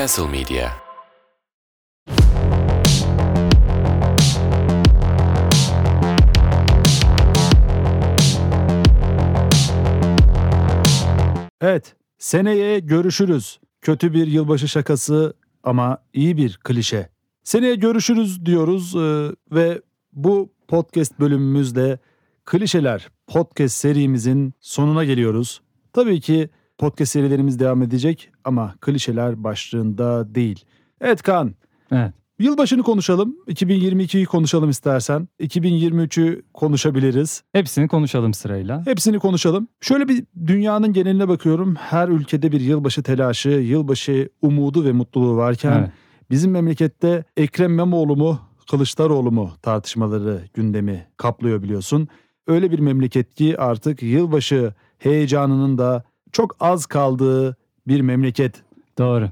Castle Media. Evet, seneye görüşürüz. Kötü bir yılbaşı şakası ama iyi bir klişe. Seneye görüşürüz diyoruz ve bu podcast bölümümüzde Klişeler podcast serimizin sonuna geliyoruz. Tabii ki podcast serilerimiz devam edecek ama klişeler başlığında değil. Evet Kaan. Evet. Yılbaşını konuşalım. 2022'yi konuşalım istersen. 2023'ü konuşabiliriz. Hepsini konuşalım sırayla. Hepsini konuşalım. Şöyle bir dünyanın geneline bakıyorum. Her ülkede bir yılbaşı telaşı, yılbaşı umudu ve mutluluğu varken Evet. bizim memlekette Ekrem İmamoğlu mu, Kılıçdaroğlu mu tartışmaları gündemi kaplıyor biliyorsun. Öyle bir memleket ki artık yılbaşı heyecanının da çok az kaldığı bir memleket. Doğru.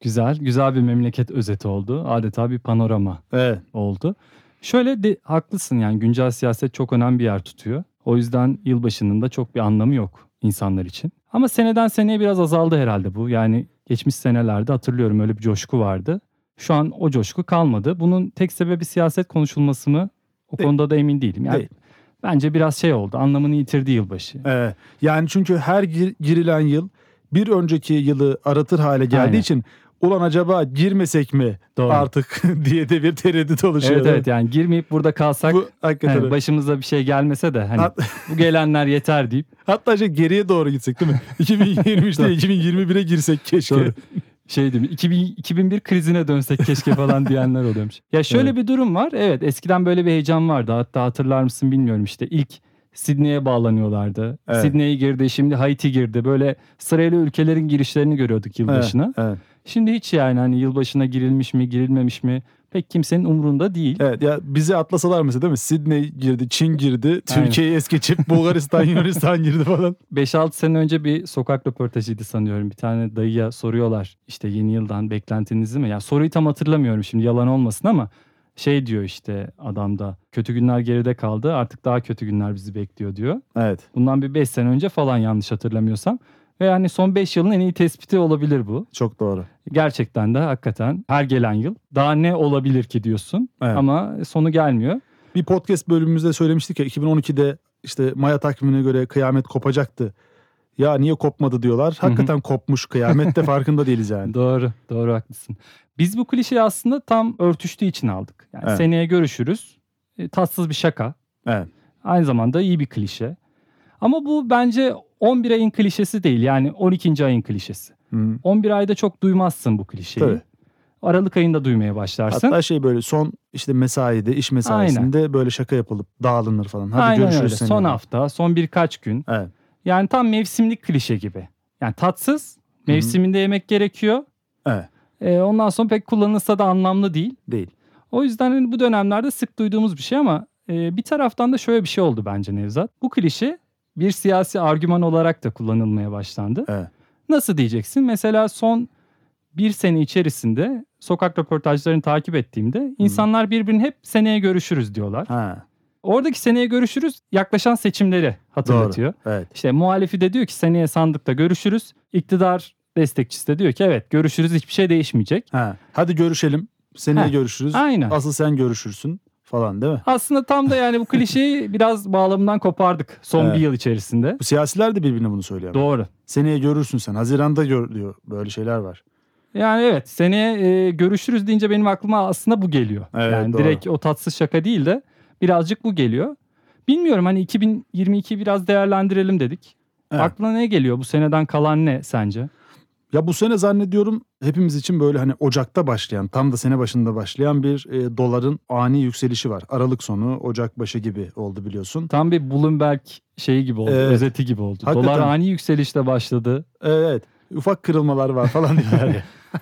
Güzel bir memleket özeti oldu. Adeta bir panorama Evet. oldu. Şöyle de haklısın, yani güncel siyaset çok önemli bir yer tutuyor. O yüzden yılbaşının da çok bir anlamı yok insanlar için. Ama seneden seneye biraz azaldı herhalde bu. Yani geçmiş senelerde hatırlıyorum öyle bir coşku vardı. Şu an o coşku kalmadı. Bunun tek sebebi siyaset konuşulması mı? O Değil. konuda da emin değilim. Yani Değil. bence biraz şey oldu. Anlamını yitirdi yılbaşı. Yani çünkü her girilen yıl bir önceki yılı aratır hale geldiği Aynen. için ulan acaba girmesek mi Doğru. artık diye de bir tereddüt oluşuyor. Evet yani girmeyip burada kalsak Bu hakikaten öyle. başımıza bir şey gelmese de hani bu gelenler yeter deyip. Hatta geriye doğru gitsek değil mi? 2023'te 2021'e girsek keşke. Doğru. Şey değil mi? 2001 krizine dönsek keşke falan diyenler oluyormuş. Ya şöyle bir durum var. Evet, eskiden böyle bir heyecan vardı. Hatta hatırlar mısın bilmiyorum, işte ilk Sydney'e bağlanıyorlardı. Evet. Sydney girdi, şimdi Haiti girdi. Böyle sırayla ülkelerin girişlerini görüyorduk yılbaşına. Evet. Şimdi hiç yani hani yılbaşına girilmiş mi girilmemiş mi pek kimsenin umrunda değil. Evet ya, bizi atlasalar mesela değil mi? Sydney girdi, Çin girdi, Türkiye'yi es geçip Bulgaristan, Yunanistan girdi falan. 5-6 sene önce bir sokak röportajıydı sanıyorum. Bir tane dayıya soruyorlar işte yeni yıldan beklentiniz mi? Ya soruyu tam hatırlamıyorum şimdi, yalan olmasın, ama şey diyor işte adam da, kötü günler geride kaldı, artık daha kötü günler bizi bekliyor diyor. Evet. Bundan bir 5 sene önce falan, yanlış hatırlamıyorsam. Ve yani son 5 yılın en iyi tespiti olabilir bu. Çok doğru. Gerçekten de hakikaten her gelen yıl daha ne olabilir ki diyorsun, Evet. ama sonu gelmiyor. Bir podcast bölümümüzde söylemiştik ya, 2012'de işte Maya takvimine göre kıyamet kopacaktı. Ya niye kopmadı diyorlar. Hakikaten kopmuş kıyamet de farkında değiliz yani. Doğru haklısın. Biz bu klişeyi aslında tam örtüştüğü için aldık. Yani Evet. seneye görüşürüz. Tatsız bir şaka. Evet. Aynı zamanda iyi bir klişe. Ama bu bence 11 ayın klişesi değil. Yani 12. ayın klişesi. Hı. 11 ayda çok duymazsın bu klişeyi. Tabii. Aralık ayında duymaya başlarsın. Hatta böyle son işte mesaide, iş mesaisinde böyle şaka yapılıp dağılınır falan. Hadi Aynen görüşürüz öyle. seneye. Son hafta, son birkaç gün. Evet. Yani tam mevsimlik klişe gibi. Yani tatsız, mevsiminde yemek gerekiyor. Evet. Ondan sonra pek kullanılsa da anlamlı değil. Değil. O yüzden hani bu dönemlerde sık duyduğumuz bir şey, ama bir taraftan da şöyle bir şey oldu bence Nevzat. Bu klişe bir siyasi argüman olarak da kullanılmaya başlandı. Evet. Nasıl diyeceksin? Mesela son bir sene içerisinde sokak röportajlarını takip ettiğimde insanlar birbirine hep seneye görüşürüz diyorlar. Ha. Oradaki seneye görüşürüz yaklaşan seçimleri hatırlatıyor. Doğru. Evet. İşte muhalifi de diyor ki seneye sandıkta görüşürüz. İktidar destekçisi de diyor ki evet görüşürüz, hiçbir şey değişmeyecek. Ha. Hadi görüşelim. Seneye görüşürüz. Aynen. Asıl sen görüşürsün falan değil mi? Aslında tam da yani bu klişeyi biraz bağlamından kopardık son Evet. bir yıl içerisinde. Bu siyasiler de birbirine bunu söylüyor. Doğru. Seneye görürsün sen. Haziranda gör diyor. Böyle şeyler var. Yani evet, seneye görüşürüz deyince benim aklıma aslında bu geliyor. Evet, yani doğru. direkt o tatsız şaka değil de birazcık bu geliyor. Bilmiyorum, hani 2022'yi biraz değerlendirelim dedik. Evet. Aklına ne geliyor? Bu seneden kalan ne sence? Ya bu sene zannediyorum hepimiz için böyle hani Ocak'ta başlayan, tam da sene başında başlayan bir doların ani yükselişi var. Aralık sonu, Ocak başı gibi oldu biliyorsun. Tam bir Bloomberg şeyi gibi oldu, Evet. özeti gibi oldu. Hakikaten. Dolar ani yükselişle başladı. Evet, ufak kırılmalar var falan diyorlar ya.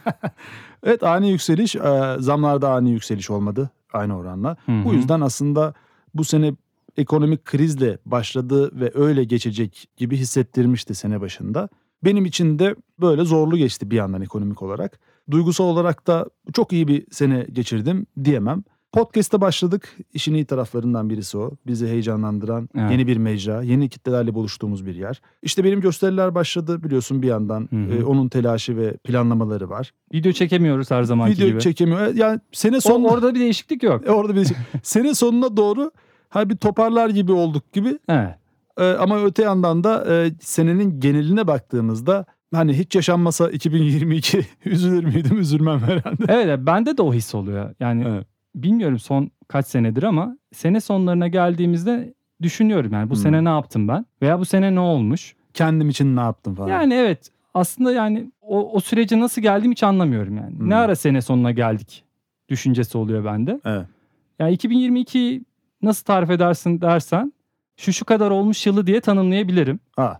Evet, ani yükseliş, zamlarda ani yükseliş olmadı aynı oranla. Hı hı. Bu yüzden aslında bu sene ekonomik krizle başladı ve öyle geçecek gibi hissettirmişti sene başında. Benim için de böyle zorlu geçti bir yandan ekonomik olarak. Duygusal olarak da çok iyi bir sene geçirdim diyemem. Podcast'a başladık. İşin iyi taraflarından birisi o. Bizi heyecanlandıran Evet. yeni bir mecra, yeni kitlelerle buluştuğumuz bir yer. İşte benim gösteriler başladı biliyorsun bir yandan. Onun telaşı ve planlamaları var. Video çekemiyoruz her zamanki Video gibi. çekemiyor. Yani sene sonuna... Orada bir değişiklik yok. Orada bir sene sonuna doğru bir toparlar gibi olduk gibi. Evet. Ama öte yandan da senenin geneline baktığımızda hani hiç yaşanmasa 2022 üzülür müydüm? Üzülmem herhalde. Evet, bende de o his oluyor. Yani Evet. bilmiyorum son kaç senedir ama sene sonlarına geldiğimizde düşünüyorum yani bu sene ne yaptım ben? Veya bu sene ne olmuş? Kendim için ne yaptım falan. Yani evet, aslında yani o sürece nasıl geldiğimi hiç anlamıyorum yani. Ne ara sene sonuna geldik düşüncesi oluyor bende. Evet. Yani 2022 nasıl tarif edersin dersen şu kadar olmuş yılı diye tanımlayabilirim.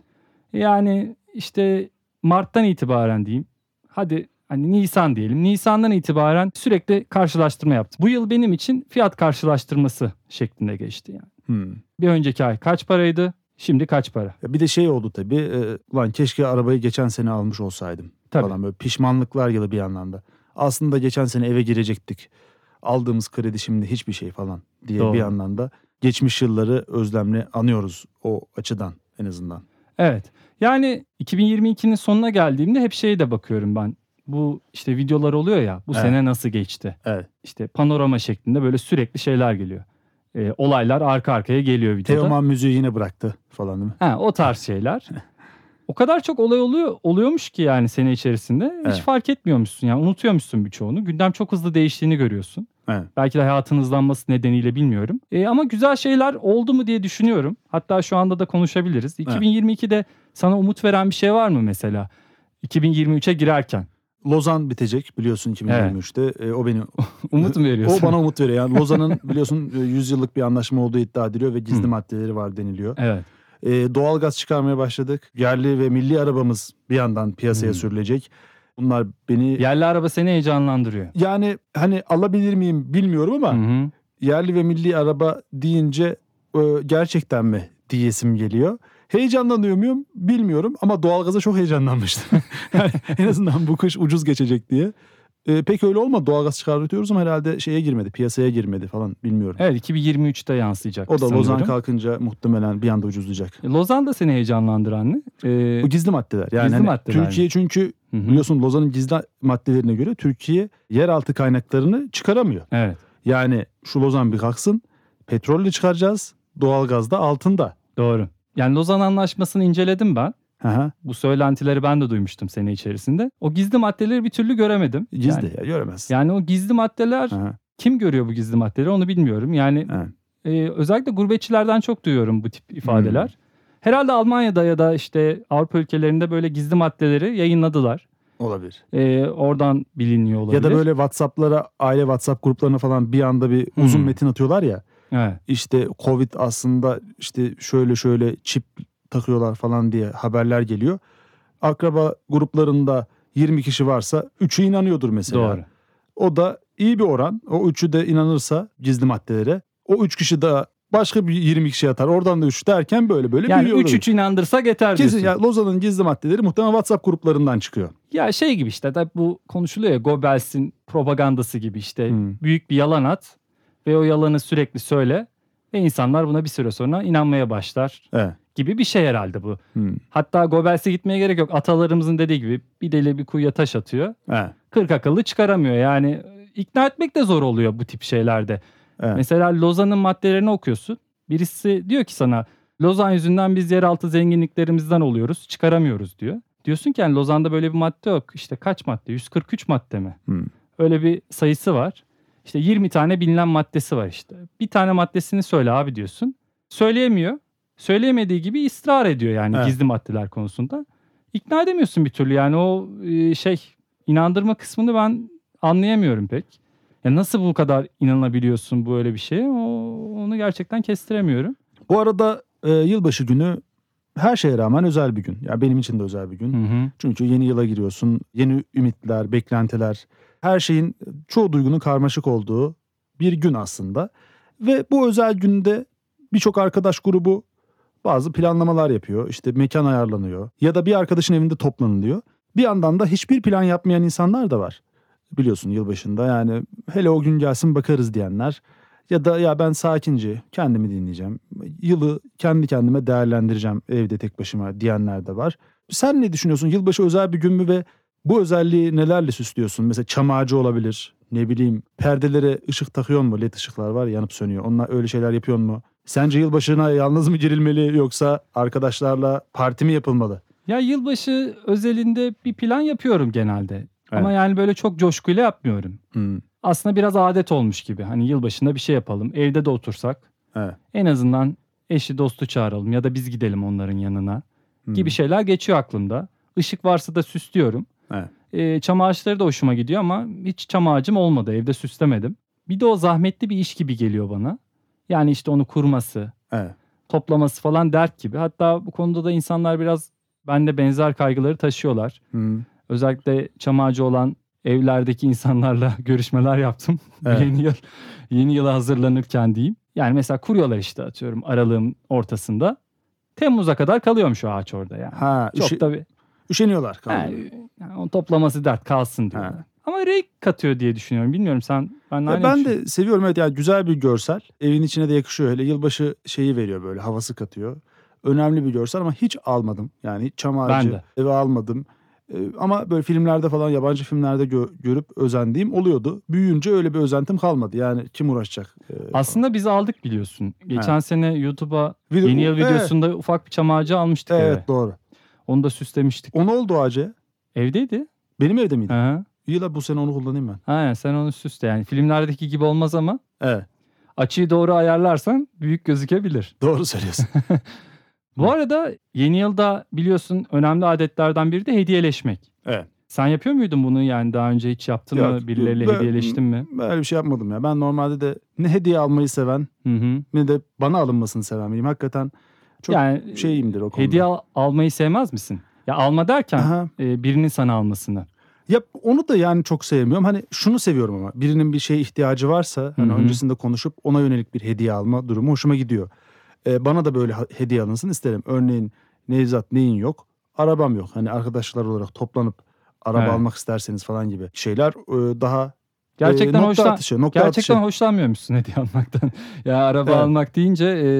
Yani işte Mart'tan itibaren diyeyim. Hadi hani Nisan diyelim. Nisan'dan itibaren sürekli karşılaştırma yaptım. Bu yıl benim için fiyat karşılaştırması şeklinde geçti yani. Bir önceki ay kaç paraydı? Şimdi kaç para? Bir de şey oldu tabii. Ulan keşke arabayı geçen sene almış olsaydım. Tabii. Falan böyle pişmanlıklar yılı bir yandan da. Aslında geçen sene eve girecektik. Aldığımız kredi şimdi hiçbir şey falan diye Doğru. bir yandan da geçmiş yılları özlemle anıyoruz o açıdan en azından. Evet. Yani 2022'nin sonuna geldiğimde hep şeye de bakıyorum ben. Bu işte videolar oluyor ya. Bu sene nasıl geçti? Evet. İşte panorama şeklinde böyle sürekli şeyler geliyor. Olaylar arka arkaya geliyor videoda. Teoman müziği yine bıraktı falan değil mi? O tarz şeyler. O kadar çok olay oluyormuş ki yani sene içerisinde. Hiç fark etmiyormuşsun yani unutuyormuşsun birçoğunu. Gündem çok hızlı değiştiğini görüyorsun. Evet. Belki de hayatın hızlanması nedeniyle bilmiyorum. Ama güzel şeyler oldu mu diye düşünüyorum. Hatta şu anda da konuşabiliriz. 2022'de sana umut veren bir şey var mı mesela? 2023'e girerken. Lozan bitecek biliyorsun 2023'te. O beni umut mu veriyorsun? O bana umut veriyor. Yani Lozan'ın biliyorsun 100 yıllık bir anlaşma olduğu iddia ediliyor ve gizli maddeleri var deniliyor. Evet. Doğalgaz çıkarmaya başladık. Yerli ve milli arabamız bir yandan piyasaya sürülecek. Bunlar beni... Yerli araba seni heyecanlandırıyor. Yani hani alabilir miyim bilmiyorum ama yerli ve milli araba deyince gerçekten mi diyesim geliyor. Heyecanlanıyor muyum bilmiyorum ama doğalgaza çok heyecanlanmıştım. Yani en azından bu kış ucuz geçecek diye. Pek öyle olmadı. Doğalgaz çıkartıyoruz ama herhalde piyasaya girmedi falan bilmiyorum. Evet 2023'te yansıyacak. O da Lozan kalkınca muhtemelen bir anda ucuzlayacak. Lozan da seni heyecanlandıran ne? O gizli maddeler. Yani gizli maddeler Türkiye çünkü biliyorsun Lozan'ın gizli maddelerine göre Türkiye yeraltı kaynaklarını çıkaramıyor. Evet. Yani şu Lozan bir kalksın, petrolle çıkaracağız, doğalgaz da altında. Doğru. Yani Lozan Anlaşması'nı inceledim ben. Aha. Bu söylentileri ben de duymuştum sene içerisinde. O gizli maddeleri bir türlü göremedim. Gizli ya göremez. Yani o gizli maddeler kim görüyor bu gizli maddeleri onu bilmiyorum. Yani özellikle gurbetçilerden çok duyuyorum bu tip ifadeler. Herhalde Almanya'da ya da işte Avrupa ülkelerinde böyle gizli maddeleri yayınladılar. Olabilir. Oradan biliniyor olabilir. Ya da böyle WhatsApp'lara, aile WhatsApp gruplarına falan bir anda bir uzun metin atıyorlar ya. Evet. İşte Covid aslında işte şöyle çip takıyorlar falan diye haberler geliyor. Akraba gruplarında 20 kişi varsa 3'ü inanıyordur mesela. Doğru. O da iyi bir oran. O 3'ü de inanırsa gizli maddelere. O 3 kişi de başka bir 20 kişi atar. Oradan da 3 derken böyle yani büyüyor. Yani 3 inandırsak yeter diyorsun. Kesin ya Lozan'ın gizli maddeleri muhtemelen WhatsApp gruplarından çıkıyor. Ya şey gibi işte da bu konuşuluyor ya Goebbels'in propagandası gibi işte büyük bir yalan at ve o yalanı sürekli söyle ve insanlar buna bir süre sonra inanmaya başlar. Evet. Gibi bir şey herhalde bu. Hatta Goebbels'e gitmeye gerek yok. Atalarımızın dediği gibi bir deli bir kuyuya taş atıyor. 40 akıllı çıkaramıyor. Yani ikna etmek de zor oluyor bu tip şeylerde. Evet. Mesela Lozan'ın maddelerini okuyorsun. Birisi diyor ki sana Lozan yüzünden biz yeraltı zenginliklerimizden oluyoruz. Çıkaramıyoruz diyor. Diyorsun ki yani Lozan'da böyle bir madde yok. İşte kaç madde? 143 madde mi? Öyle bir sayısı var. İşte 20 tane bilinen maddesi var işte. Bir tane maddesini söyle abi diyorsun. Söyleyemiyor. Söyleyemediği gibi ısrar ediyor yani gizli maddeler konusunda. İkna edemiyorsun bir türlü yani o inandırma kısmını ben anlayamıyorum pek. Ya nasıl bu kadar inanabiliyorsun böyle bir şeye onu gerçekten kestiremiyorum. Bu arada yılbaşı günü her şeye rağmen özel bir gün. Ya benim için de özel bir gün. Çünkü yeni yıla giriyorsun. Yeni ümitler, beklentiler, her şeyin çoğu duygunun karmaşık olduğu bir gün aslında. Ve bu özel günde birçok arkadaş grubu bazı planlamalar yapıyor. İşte mekan ayarlanıyor ya da bir arkadaşın evinde toplanılıyor. Bir yandan da hiçbir plan yapmayan insanlar da var. biliyorsun yılbaşında. Yani hele o gün gelsin bakarız diyenler. Ya da ya ben sakince kendimi dinleyeceğim. Yılı kendi kendime değerlendireceğim evde tek başıma diyenler de var. Sen ne düşünüyorsun? Yılbaşı özel bir gün mü ve bu özelliği nelerle süslüyorsun? Mesela çam ağacı olabilir. Ne bileyim perdelere ışık takıyor mu? LED ışıklar var yanıp sönüyor. Onlar öyle şeyler yapıyor mu? Sence yılbaşına yalnız mı girilmeli yoksa arkadaşlarla parti mi yapılmalı? Ya yılbaşı özelinde bir plan yapıyorum genelde. Evet. Ama yani böyle çok coşkuyla yapmıyorum. Hmm, Aslında biraz adet olmuş gibi. Hani yılbaşında bir şey yapalım. Evde de otursak evet. en azından eşi dostu çağıralım ya da biz gidelim onların yanına gibi Hmm, şeyler geçiyor aklımda. Işık varsa da süslüyorum. evet. Çam ağaçları da hoşuma gidiyor ama hiç çam ağacım olmadı. Evde süslemedim. Bir de o zahmetli bir iş gibi geliyor bana. Yani işte onu kurması, Evet. toplaması falan dert gibi. Hatta bu konuda da insanlar biraz bende benzer kaygıları taşıyorlar. Hmm, Özellikle çam ağacı olan evlerdeki insanlarla görüşmeler yaptım. Evet. Yeni yıla hazırlanırken diyeyim. Yani mesela kuruyorlar işte atıyorum aralığın ortasında. Temmuz'a kadar kalıyormuş o ağaç orada yani. Ha, Çok da bir üşeniyorlar ha, kaldı. yani onu toplaması dert kalsın diyorlar. Ha. Ama renk katıyor diye düşünüyorum. Bilmiyorum sen ben aynı Ben de seviyorum evet yani güzel bir görsel. Evin içine de yakışıyor. Hele yılbaşı şeyi veriyor böyle havası katıyor. Önemli bir görsel ama hiç almadım. Yani hiç çam Ben ağacı de. eve almadım. Ama böyle filmlerde falan yabancı filmlerde görüp özendiğim oluyordu. Büyüyünce öyle bir özentim kalmadı. Yani kim uğraşacak? Aslında biz aldık biliyorsun. Geçen sene YouTube'a Video- yeni yıl Evet. videosunda ufak bir çam ağacı almıştık eve. Evet doğru. Onu da süslemiştik. O ne oldu o ağacı? Evdeydi. Benim evde miydi? Hı. İyi la bu sene onu kullanayım ben. Aynen sen onu süsle yani. Filmlerdeki gibi olmaz ama Evet açıyı doğru ayarlarsan büyük gözükebilir. doğru söylüyorsun. Bu arada yeni yılda biliyorsun önemli adetlerden biri de hediyeleşmek. Evet. Sen yapıyor muydun bunu yani daha önce hiç yaptın Yok, mı? Birileriyle ben- hediyeleştin mi? Böyle bir şey yapmadım ya. Ben normalde de ne hediye almayı seven Hı hı. ne de bana alınmasını seven biriyim. Hakikaten çok Yani şeyimdir o konuda. hediye almayı sevmez misin? Ya alma derken Aha. birinin sana almasını. Ya onu da yani çok sevmiyorum. Hani şunu seviyorum ama birinin bir şeye ihtiyacı varsa hani Hı hı. öncesinde konuşup ona yönelik bir hediye alma durumu hoşuma gidiyor. Bana da böyle hediye alınsın isterim. Örneğin Nevzat neyin yok? Arabam yok. Hani arkadaşlar olarak toplanıp araba Evet. almak isterseniz falan gibi şeyler daha Gerçekten nokta atışı. gerçekten hoşlanmıyormuşsun hediye almaktan. Ya araba Evet. almak deyince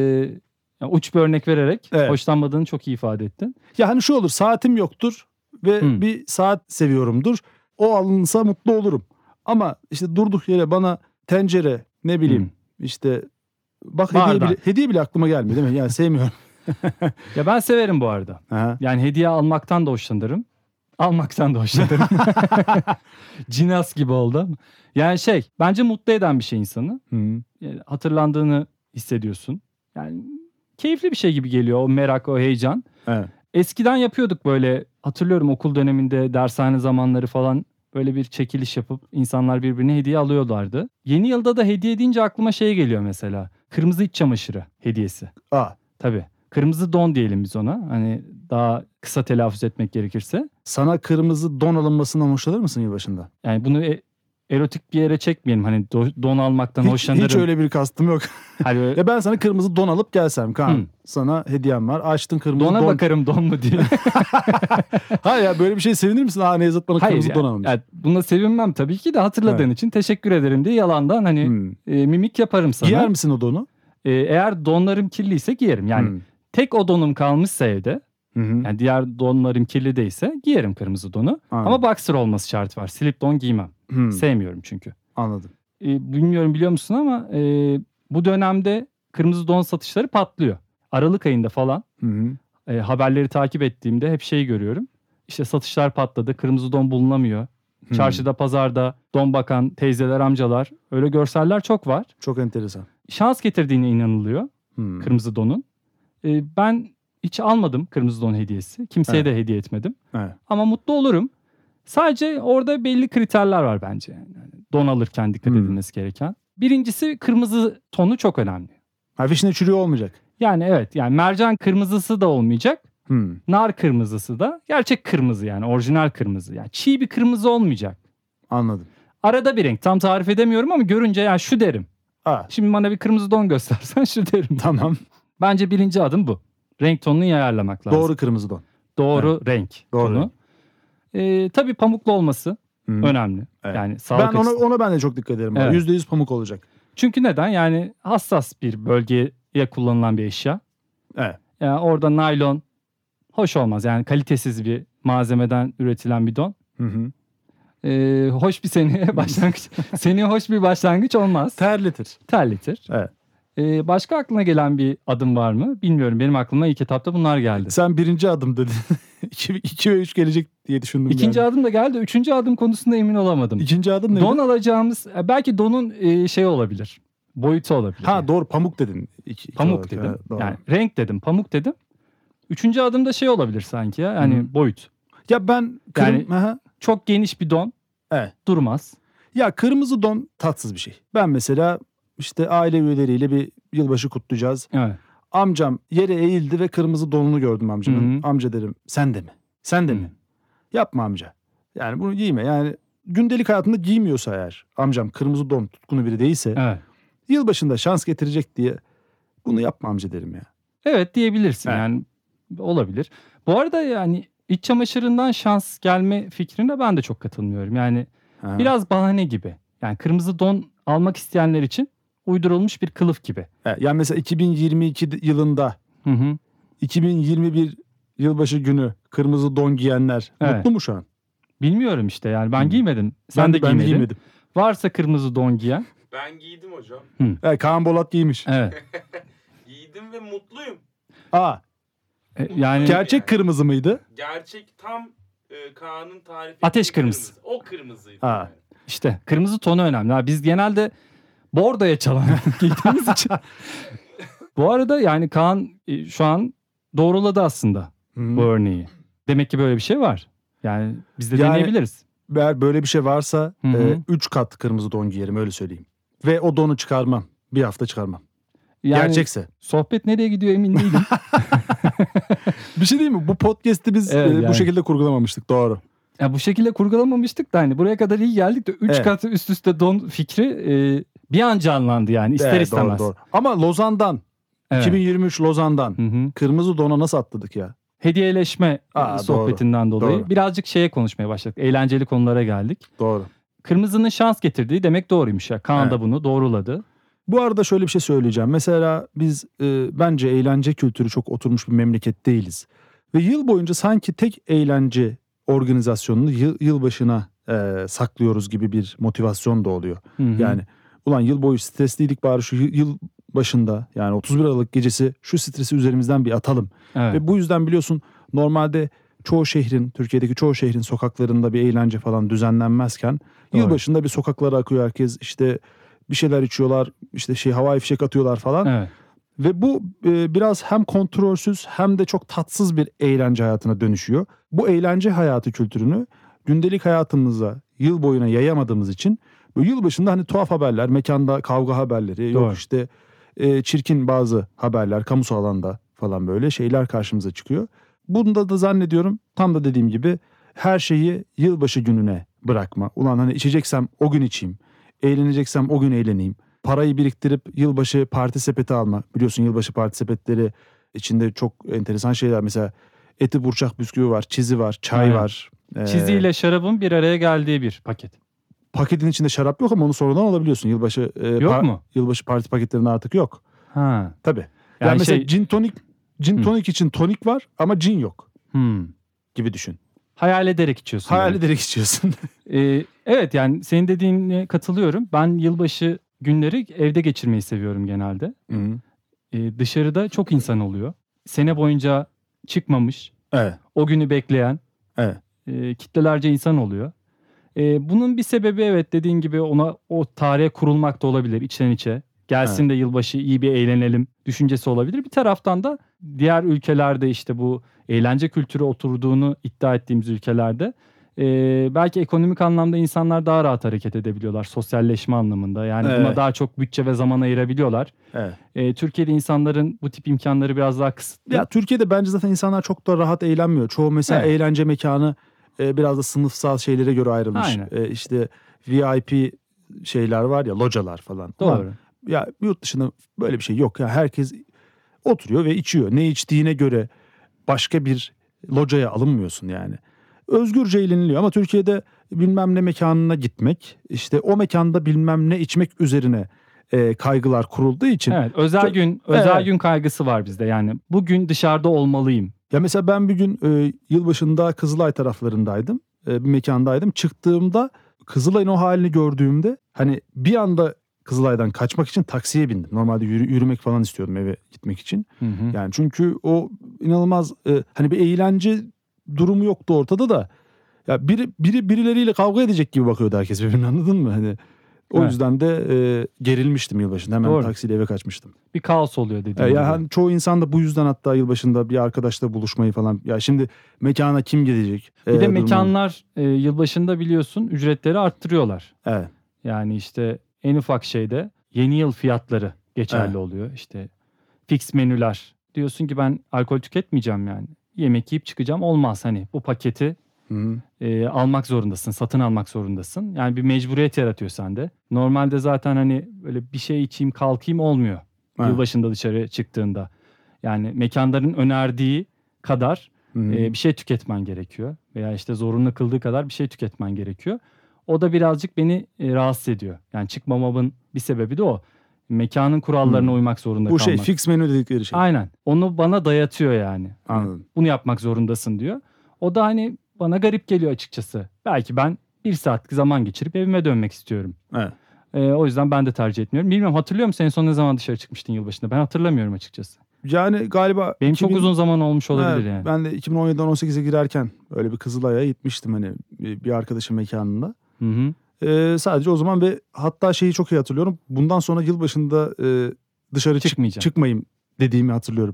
ya uç bir örnek vererek Evet. hoşlanmadığını çok iyi ifade ettin. Ya hani şu olur saatim yoktur ve Hı. bir saat seviyorumdur. O alınsa mutlu olurum. Ama işte durduk yere bana tencere ne bileyim işte bak Bardak. hediye bile aklıma gelmiyor değil mi? Yani sevmiyorum. Ya ben severim bu arada. Aha. Yani hediye almaktan da hoşlanırım. Almaktan da hoşlanırım. Cinas gibi oldu ama. Yani bence mutlu eden bir şey insanı. Hı. Yani hatırlandığını hissediyorsun. Yani keyifli bir şey gibi geliyor o merak, o heyecan. Evet. Eskiden yapıyorduk böyle hatırlıyorum okul döneminde dershane zamanları falan böyle bir çekiliş yapıp insanlar birbirine hediye alıyorlardı. Yeni yılda da hediye deyince aklıma geliyor mesela. Kırmızı iç çamaşırı hediyesi. Aa, Tabii. Kırmızı don diyelim biz ona. Hani daha kısa telaffuz etmek gerekirse. sana kırmızı don alınmasından hoşlanır mısın yılbaşında? Yani bunu erotik bir yere çekmeyelim. Hani don almaktan hoşlanırım. Hiç öyle bir kastım yok. Hani böyle, Ya ben sana kırmızı don alıp gelsem Kaan. Hı. Sana hediyem var. Açtın kırmızı dona don. bakarım don mu diye. Hayır ya böyle bir şey sevinir misin? Nevzat bana Hayır kırmızı don almış. yani buna sevinmem tabii ki de hatırladığın için teşekkür ederim diye yalandan hani mimik yaparım sana. Giyer misin o donu? Eğer donlarım kirliyse giyerim. Yani tek o donum kalmışsa evde Hı hı. yani diğer donlarım kirli değilse giyerim kırmızı donu. Anladım. Ama boxer olması şartı var. Slip don giymem. Sevmiyorum çünkü. Anladım. Bilmiyorum biliyor musun ama bu dönemde kırmızı don satışları patlıyor. Aralık ayında falan Hı hı. haberleri takip ettiğimde hep görüyorum. İşte satışlar patladı. Kırmızı don bulunamıyor. Çarşıda, pazarda don bakan teyzeler, amcalar öyle görseller çok var. Çok enteresan. Şans getirdiğine inanılıyor kırmızı donun. Ben hiç almadım kırmızı don hediyesi. Kimseye de hediye etmedim. Evet. Ama mutlu olurum. Sadece orada belli kriterler var bence. Yani don alırken dikkat edilmesi gereken. Birincisi kırmızı tonu çok önemli. Fişne çürüyor olmayacak. Yani evet yani mercan kırmızısı da olmayacak. Nar kırmızısı da gerçek kırmızı yani orijinal kırmızı. Yani çiğ bir kırmızı olmayacak. Anladım. Arada bir renk tam tarif edemiyorum ama görünce ya şu derim. Şimdi bana bir kırmızı don göstersen şu derim. Tamam. Bence birinci adım bu. Renk tonunu iyi ayarlamak lazım. Doğru kırmızı don. Doğru renk Doğru tonu. Tabii pamuklu olması önemli. Evet. Yani sağlık Ben açısından. ona ben de çok dikkat ederim. Evet. %100 pamuk olacak. Çünkü neden? Yani hassas bir bölgeye kullanılan bir eşya. Evet. Yani orada naylon hoş olmaz. Yani kalitesiz bir malzemeden üretilen bir don. Hı. Hoş bir seneye başlangıç. Seneye hoş bir başlangıç olmaz. Terletir. Terletir. Evet. Başka aklına gelen bir adım var mı? Bilmiyorum. Benim aklıma ilk etapta bunlar geldi. Sen birinci adım dedin. 2 ve 3 gelecek diye düşündüm. İkinci adım da geldi. Üçüncü adım konusunda emin olamadım. İkinci adım neydi? Don alacağımız belki donun şey olabilir. Boyutu olabilir. Ha doğru, pamuk dedin. Pamuk olarak. dedim. Evet, doğru. Yani renk dedim, pamuk dedim. Üçüncü adımda şey olabilir sanki ya. Yani boyut. Ya ben Yani- Aha. Çok geniş bir don Evet. durmaz. Ya kırmızı don tatsız bir şey. Ben mesela işte aile üyeleriyle bir yılbaşı kutlayacağız. Evet. Amcam yere eğildi ve kırmızı donunu gördüm amcamın. Hı hı. Amca derim, sen de mi? Sen de Hı. mi? Yapma amca. Yani bunu giyme. Yani gündelik hayatında giymiyorsa eğer amcam kırmızı don tutkunu biri değilse Evet. yılbaşında şans getirecek diye bunu yapma amca derim ya. Evet diyebilirsin Evet. yani olabilir. Bu arada yani iç çamaşırından şans gelme fikrine ben de çok katılmıyorum. Yani Ha. biraz bahane gibi. Yani kırmızı don almak isteyenler için uydurulmuş bir kılıf gibi. Evet, yani mesela 2022 yılında Hı hı. 2021 yılbaşı günü kırmızı don giyenler Evet. mutlu mu şu an? Bilmiyorum işte yani ben Hı. giymedim. Sen de ben giymedin. giymedim. Varsa kırmızı don giyen. Ben giydim hocam. Evet, Kaan Bolat giymiş. Evet. Giydim ve mutluyum. Aa, Yani gerçek kırmızı mıydı? Gerçek tam Kaan'ın tarifi. Ateş kırmızı. O kırmızıydı. Ha. Yani. işte kırmızı tonu önemli. Ha, biz genelde bordoya çalan giydiğimiz için. Bu arada yani Kaan şu an doğruladı aslında Hı. bu örneği. Demek ki böyle bir şey var. Yani biz de Yani- deneyebiliriz. Eğer böyle bir şey varsa Hı hı. 3 kat kırmızı don giyerim, öyle söyleyeyim. Ve o donu çıkarmam. Bir hafta çıkarmam. Yani Gerçekse. sohbet nereye gidiyor emin değilim. Bir şey değil mi? Bu podcast'i biz Evet, bu yani. şekilde kurgulamamıştık. Doğru. Ya bu şekilde kurgulamamıştık da hani buraya kadar iyi geldik de 3 Evet. kat üst üste don fikri bir an canlandı yani ister Evet, istemez. Doğru. Ama Lozan'dan, Evet. 2023 Lozan'dan Hı hı. kırmızı dona nasıl atladık ya? Hediyeleşme Aa, sohbetinden dolayı doğru. birazcık şeye konuşmaya başladık. Eğlenceli konulara geldik. Doğru. Kırmızının şans getirdiği demek doğruymuş ya. Kaan da Evet. bunu doğruladı. Bu arada şöyle bir şey söyleyeceğim. Mesela biz bence eğlence kültürü çok oturmuş bir memleket değiliz. Ve yıl boyunca sanki tek eğlence organizasyonunu yılbaşına saklıyoruz gibi bir motivasyon da oluyor. Hı hı. Yani ulan yıl boyu stresliydik, bari şu yıl başında yani 31 Aralık gecesi şu stresi üzerimizden bir atalım. Evet. Ve bu yüzden biliyorsun normalde Türkiye'deki çoğu şehrin sokaklarında bir eğlence falan düzenlenmezken Doğru. yılbaşında bir sokaklara akıyor herkes, işte bir şeyler içiyorlar, işte havai fişek atıyorlar falan. Evet. Ve bu biraz hem kontrolsüz hem de çok tatsız bir eğlence hayatına dönüşüyor. Bu eğlence hayatı kültürünü gündelik hayatımıza yıl boyuna yayamadığımız için bu yılbaşında hani tuhaf haberler, mekanda kavga haberleri, Doğru. yok işte çirkin bazı haberler kamusal alanda falan böyle şeyler karşımıza çıkıyor. Bunda da zannediyorum tam da dediğim gibi her şeyi yılbaşı gününe bırakma. Ulan hani içeceksem o gün içeyim, eğleneceksem o gün eğleneyim. Parayı biriktirip yılbaşı parti sepeti alma. Biliyorsun yılbaşı parti sepetleri içinde çok enteresan şeyler. Mesela eti burçak bisküvi var, çizi var, çay Aynen. var. Çiziyle şarabın bir araya geldiği bir paket. Paketin içinde şarap yok ama onu sonradan alabiliyorsun. Yılbaşı Yok mu? Yılbaşı parti paketlerinde artık yok. Ha. Tabii. Yani Yani mesela şey- gin tonik için tonik var ama gin yok Hmm. gibi düşün. Hayal ederek içiyorsun. Hayal yani. ederek içiyorsun. Evet yani senin dediğine katılıyorum. Ben yılbaşı günleri evde geçirmeyi seviyorum genelde. Hı. Dışarıda çok insan oluyor. Sene boyunca çıkmamış, Evet. o günü bekleyen Evet. kitlelerce insan oluyor. Bunun bir sebebi evet dediğin gibi o tarihe kurulmak da olabilir içten içe. Gelsin de yılbaşı iyi bir eğlenelim düşüncesi olabilir. Bir taraftan da diğer ülkelerde işte bu eğlence kültürü oturduğunu iddia ettiğimiz ülkelerde belki ekonomik anlamda insanlar daha rahat hareket edebiliyorlar. Sosyalleşme anlamında yani buna Evet. daha çok bütçe ve zaman ayırabiliyorlar. Evet. Türkiye'de insanların bu tip imkanları biraz daha kısıtlı. Ya Türkiye'de bence zaten insanlar çok da rahat eğlenmiyor. Çoğu mesela Evet. eğlence mekanı biraz da sınıfsal şeylere göre ayrılmış. Aynen. İşte VIP şeyler var ya, localar falan. Ulan, Doğru. ya yurt dışında böyle bir şey yok ya. Herkes oturuyor ve içiyor. Ne içtiğine göre başka bir locaya alınmıyorsun yani. özgürce eğleniliyor ama Türkiye'de bilmem ne mekanına gitmek, işte o mekanda bilmem ne içmek üzerine kaygılar kurulduğu için. Evet, özel Çok- gün kaygısı var bizde. Yani bugün dışarıda olmalıyım. Ya mesela ben bir gün yılbaşında Kızılay taraflarındaydım. Bir mekandaydım. Çıktığımda Kızılay'ın o halini gördüğümde hani bir anda Kızılay'dan kaçmak için taksiye bindim. Normalde yürümek falan istiyordum eve gitmek için. Hı hı. Yani çünkü o inanılmaz hani bir eğlence durumu yoktu ortada da. Ya birileriyle kavga edecek gibi bakıyordu herkes birbirine, anladın mı? Hani o Evet. yüzden de gerilmiştim yılbaşında. Hemen Doğru. taksiyle eve kaçmıştım. Bir kaos oluyor dediğim gibi. Ya hani çoğu insan da bu yüzden hatta yılbaşında bir arkadaşla buluşmayı falan. Ya şimdi mekana kim gidecek? Bir de durumdan. mekanlar yılbaşında biliyorsun ücretleri arttırıyorlar. Evet. Yani işte en ufak şeyde yeni yıl fiyatları geçerli Evet. oluyor. İşte fix menüler. Diyorsun ki ben alkol tüketmeyeceğim yani. Yemek yiyip çıkacağım, olmaz, hani bu paketi Hı-hı. almak zorundasın, satın almak zorundasın. Yani bir mecburiyet yaratıyor sende. Normalde zaten hani böyle bir şey içeyim kalkayım olmuyor. Evet. Yılbaşında dışarı çıktığında. Yani mekanların önerdiği kadar Hı-hı. bir şey tüketmen gerekiyor. Veya işte zorunlu kıldığı kadar bir şey tüketmen gerekiyor. O da birazcık beni rahatsız ediyor. Yani çıkmamamın bir sebebi de o. Mekanın kurallarına uymak zorunda Bu kalmak. şey fix menü dedikleri şey. Aynen. Onu bana dayatıyor yani. Anladım. Bunu yapmak zorundasın diyor. O da hani bana garip geliyor açıkçası. Belki ben 1 saatlik zaman geçirip evime dönmek istiyorum. Evet. O yüzden ben de tercih etmiyorum. Bilmiyorum, hatırlıyor musun en son ne zaman dışarı çıkmıştın yılbaşında? Ben hatırlamıyorum açıkçası. Yani galiba Benim çok uzun zaman olmuş olabilir Evet, yani. Ben de 2017'den 18'e girerken böyle bir Kızılay'a gitmiştim hani bir arkadaşım mekanında. Hı hı. Sadece o zaman ve hatta şeyi çok iyi hatırlıyorum. Bundan sonra yılbaşında dışarı Çıkmayacağım. çıkmayayım dediğimi hatırlıyorum.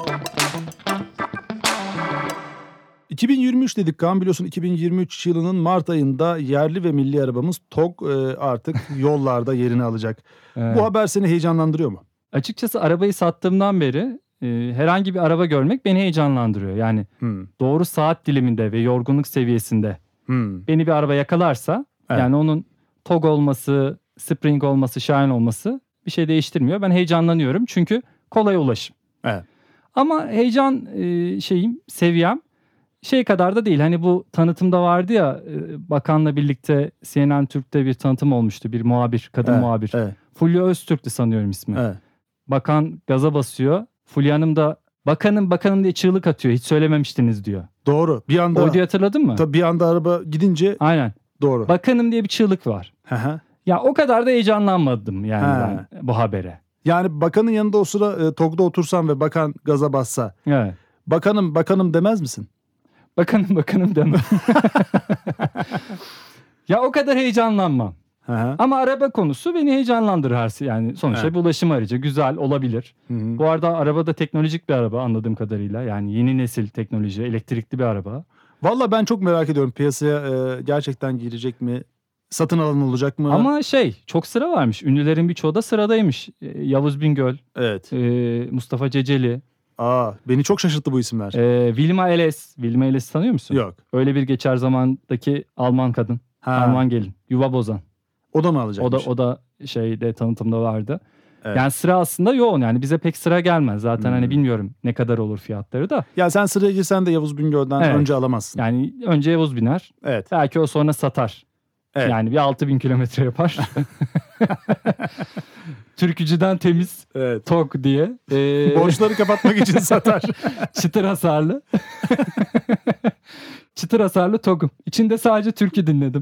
2023 dedik Kaan, biliyorsun 2023 yılının Mart ayında yerli ve milli arabamız TOG artık yollarda yerini alacak. Evet. Bu haber seni heyecanlandırıyor mu? Açıkçası arabayı sattığımdan beri herhangi bir araba görmek beni heyecanlandırıyor. Yani doğru saat diliminde ve yorgunluk seviyesinde beni bir araba yakalarsa, Evet. yani onun TOG olması, Spring olması, Shine olması bir şey değiştirmiyor. Ben heyecanlanıyorum çünkü kolay ulaşım. Evet. Ama heyecan seviyem şey kadar da değil. Hani bu tanıtımda vardı ya, bakanla birlikte CNN Türk'te bir tanıtım olmuştu. Bir muhabir, kadın Evet, muhabir. evet. Fulya Öztürk'tü sanıyorum ismi. Evet. Bakan gaza basıyor. Fulya Hanım da bakanım diye çığlık atıyor. Hiç söylememiştiniz diyor. Doğru. Bir anda O diye hatırladın mı? tabii bir anda araba gidince Aynen. doğru. Bakanım diye bir çığlık var. Hı hı. Ya o kadar da heyecanlanmadım yani Ha. ben bu habere. Yani bakanın yanında o sıra TOG'da otursam ve bakan gaza bassa, Evet. bakanım demez misin? Bakanım demem. Ya o kadar heyecanlanmam. Hı hı. Ama araba konusu beni heyecanlandırır her yani sonuçta Evet. bir ulaşım aracı, güzel olabilir. Hı hı. Bu arada araba da teknolojik bir araba anladığım kadarıyla. Yani yeni nesil teknoloji, elektrikli bir araba. Valla ben çok merak ediyorum piyasaya gerçekten girecek mi? Satın alan olacak mı? Ama çok sıra varmış. Ünlülerin birçoğu da sıradaymış. Yavuz Bingöl, Evet. Mustafa Ceceli, Beni çok şaşırttı bu isimler. Vilma Eles. Vilma Eles'i tanıyor musun? Yok. Öyle bir geçer zamandaki Alman kadın. Ha. Alman gelin. Yuva bozan. O da mı alacakmış? O da tanıtımda vardı. Evet. Yani sıra aslında yoğun, yani bize pek sıra gelmez. Zaten hani bilmiyorum ne kadar olur fiyatları da. Ya sen sıraya girsen de Yavuz Bingöl'den Evet. önce alamazsın. Yani önce Yavuz biner. Evet. Belki o sonra satar. Evet. Yani bir 6.000 kilometre yapar. Türkücüden temiz Evet. TOG diye. Borçları kapatmak için satar. Çıtır hasarlı. Çıtır hasarlı TOG'um. İçinde sadece türkü dinledim.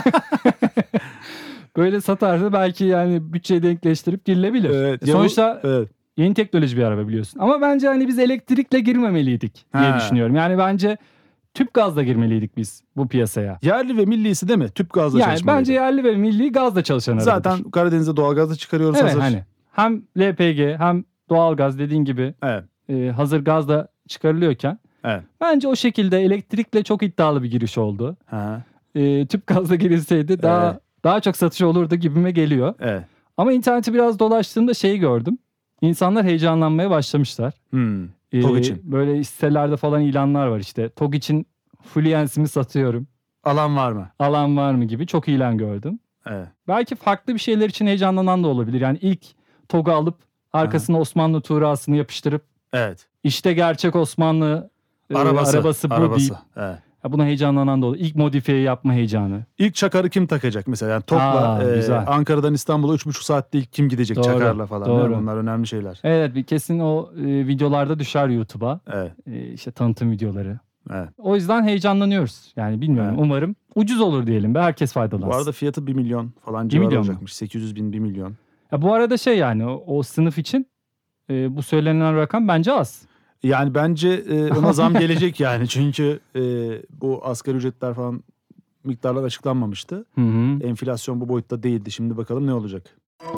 Böyle satarsa belki yani bütçeyi denkleştirip girilebilir. Evet. Sonuçta evet. yeni teknoloji bir araba biliyorsun. Ama bence hani biz elektrikle girmemeliydik diye Ha. düşünüyorum. Yani bence tüp gazla girmeliydik biz bu piyasaya. Yerli ve millisi değil mi? Tüp gazla Yani çalışmalıydı. bence yerli ve milli gazla çalışan arabadır. Zaten Karadeniz'de doğalgazla çıkarıyoruz evet, hazır. hani hem LPG hem doğalgaz dediğin gibi Evet. hazır gazla çıkarılıyorken Evet. bence o şekilde elektrikle çok iddialı bir giriş oldu. Ha. Tüp gazla girilseydi daha çok satış olurdu gibime geliyor. Evet. Ama interneti biraz dolaştığımda gördüm. İnsanlar heyecanlanmaya başlamışlar. TOG için. Böyle sitelerde falan ilanlar var işte. TOG için Fluence'imi satıyorum. Alan var mı? Alan var mı gibi çok ilan gördüm. Evet. Belki farklı bir şeyler için heyecanlanan da olabilir. Yani ilk TOG'u alıp arkasına Osmanlı tuğrasını yapıştırıp Evet. işte gerçek Osmanlı arabası bu deyip Evet. Ya buna heyecanlanan da olur. İlk modifiye yapma heyecanı. İlk çakarı kim takacak mesela? Yani topla Güzel. Ankara'dan İstanbul'a 3,5 saatte ilk kim gidecek Doğru, çakarla falan. doğru. Değil mi? Bunlar önemli şeyler. Evet, bir kesin o videolarda düşer YouTube'a. Evet. İşte tanıtım videoları. Evet. O yüzden heyecanlanıyoruz. Yani bilmiyorum, Evet. umarım ucuz olur diyelim be, herkes faydalansın. Bu arada fiyatı 1 milyon falan 1 civarı milyon mu? olacakmış. 800 bin 1 milyon. Ya bu arada şey, yani o sınıf için bu söylenen rakam bence az. Yani bence ona zam gelecek yani. Çünkü bu asgari ücretler falan miktarlar açıklanmamıştı. Hı hı. Enflasyon bu boyutta değildi. Şimdi bakalım ne olacak.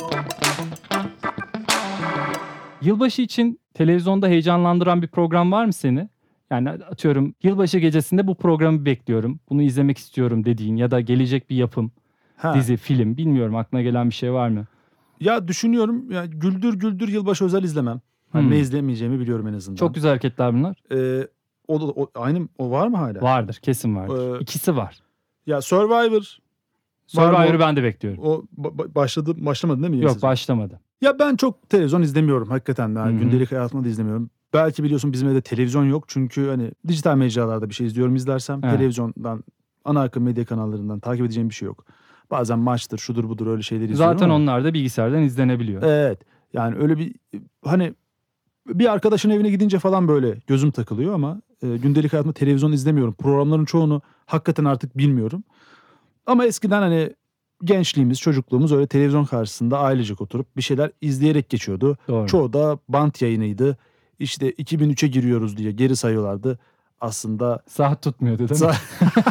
Yılbaşı için televizyonda heyecanlandıran bir program var mı seni? Yani atıyorum, yılbaşı gecesinde bu programı bekliyorum, bunu izlemek istiyorum dediğin ya da gelecek bir yapım, Ha. dizi, film, bilmiyorum, aklına gelen bir şey var mı? Ya düşünüyorum. Ya güldür güldür yılbaşı özel izlemem. Hani Hmm. ne izlemeyeceğimi biliyorum en azından. Çok güzel hareketler bunlar. Aynı o var mı hala? Vardır, kesin vardır. İkisi var. Ya Survivor. Survivor'ı ben de bekliyorum. O başlamadı değil mi? Yok, başlamadı. Ya ben çok televizyon izlemiyorum hakikaten. Yani Hı hı. gündelik hayatımda da izlemiyorum. Belki biliyorsun bizim evde televizyon yok. Çünkü hani dijital mecralarda bir şey izliyorum izlersem Evet. televizyondan, ana akım medya kanallarından takip edeceğim bir şey yok. Bazen maçtır, şudur budur öyle şeyleri izliyorum Zaten ama. onlar da bilgisayardan izlenebiliyor. Evet. Yani öyle bir hani bir arkadaşın evine gidince falan böyle gözüm takılıyor ama gündelik hayatımda televizyon izlemiyorum. Programların çoğunu hakikaten artık bilmiyorum. Ama eskiden hani gençliğimiz, çocukluğumuz öyle televizyon karşısında ailecek oturup bir şeyler izleyerek geçiyordu. Doğru. Çoğu da bant yayınıydı. İşte 2003'e giriyoruz diye geri sayıyorlardı. Aslında Saat tutmuyordu değil mi?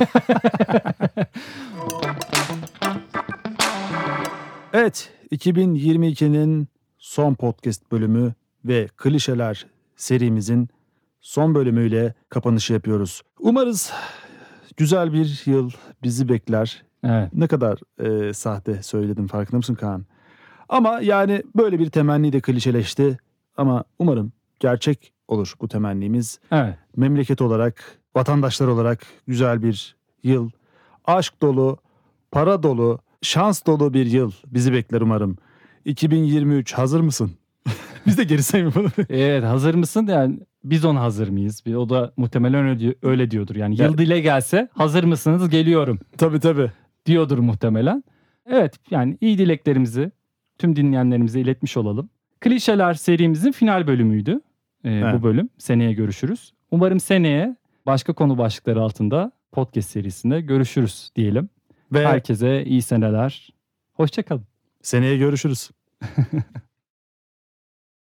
Evet, 2022'nin son podcast bölümü ve klişeler serimizin son bölümüyle kapanışı yapıyoruz. Umarız güzel bir yıl bizi bekler. Evet. Ne kadar sahte söyledim, farkında mısın Kaan? Ama yani böyle bir temenni de klişeleşti. Ama umarım gerçek olur bu temennimiz. Evet. Memleket olarak, vatandaşlar olarak güzel bir yıl. Aşk dolu, para dolu, şans dolu bir yıl bizi bekler umarım. 2023 hazır mısın? Biz de geri sayım yapalım. Evet, hazır mısın? Yani biz ona hazır mıyız? O da muhtemelen öyle diyordur. Yani yıl dile gelse hazır mısınız, geliyorum Tabii. diyordur muhtemelen. Evet, yani iyi dileklerimizi tüm dinleyenlerimize iletmiş olalım. Klişeler serimizin final bölümüydü Evet. bu bölüm. Seneye görüşürüz. Umarım seneye başka konu başlıkları altında podcast serisinde görüşürüz diyelim. Ve Herkese iyi seneler. Hoşça kalın. seneye görüşürüz.